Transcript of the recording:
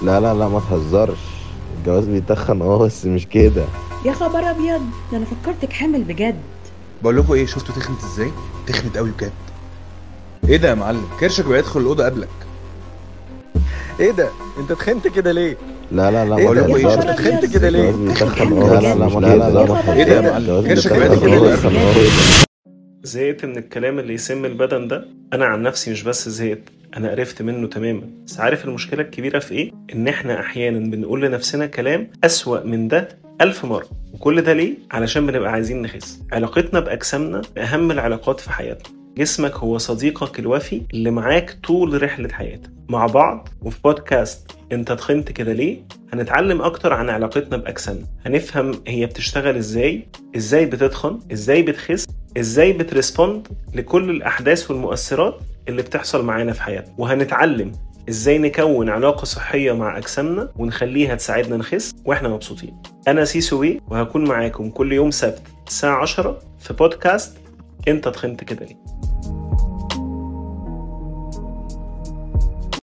لا لا لا، ما تهزرش. الجواز بيتخن بس مش كده. يا خبر ابيض، ده انا فكرتك حامل بجد. بقول لكم ايه، شفتوا تخنت ازاي؟ تخنت قوي بجد. ايه ده يا معلم؟ كرشك بيدخل الاوضه قبلك. ايه ده؟ انت تخنت كده ليه؟ لا لا لا، ايه ما ده؟ بقول لكم يا ايه، خبر تهزرش. شفتوا ابيض، تخنت كده الجواز ليه؟ فكرتك بيتخن حامل لا لا بجد. لا، مش لا كده. لا لا، يا ما خبر ايه ده يا ابيض، معلم؟ الجواز كرشك فكرتك بيدخل بيتخن حامل الاوضه بس. قبلك. بجد. زهقت من الكلام اللي يسم البدن ده. انا عن نفسي مش بس زهقت، انا قرفت منه تماما. بس عارف المشكلة الكبيرة في ايه؟ ان احنا احيانا بنقول لنفسنا كلام اسوأ من ده 1000 مرة. وكل ده ليه؟ علشان بنبقى عايزين نخس. علاقتنا باجسامنا اهم العلاقات في حياتنا. جسمك هو صديقك الوفي اللي معاك طول رحلة حياتك. مع بعض وفي بودكاست انت تخنت كده ليه هنتعلم اكتر عن علاقتنا باجسامنا، هنفهم هي بتشتغل ازاي بتتخن، ازاي بتخس، ازاي بتريسبوند لكل الاحداث والمؤثرات اللي بتحصل معانا في حياتنا، وهنتعلم ازاي نكون علاقة صحية مع اجسامنا ونخليها تساعدنا نخس واحنا مبسوطين. انا سيسو بي، وهكون معاكم كل يوم سبت الساعة 10 في بودكاست انت تخنت كده ليه.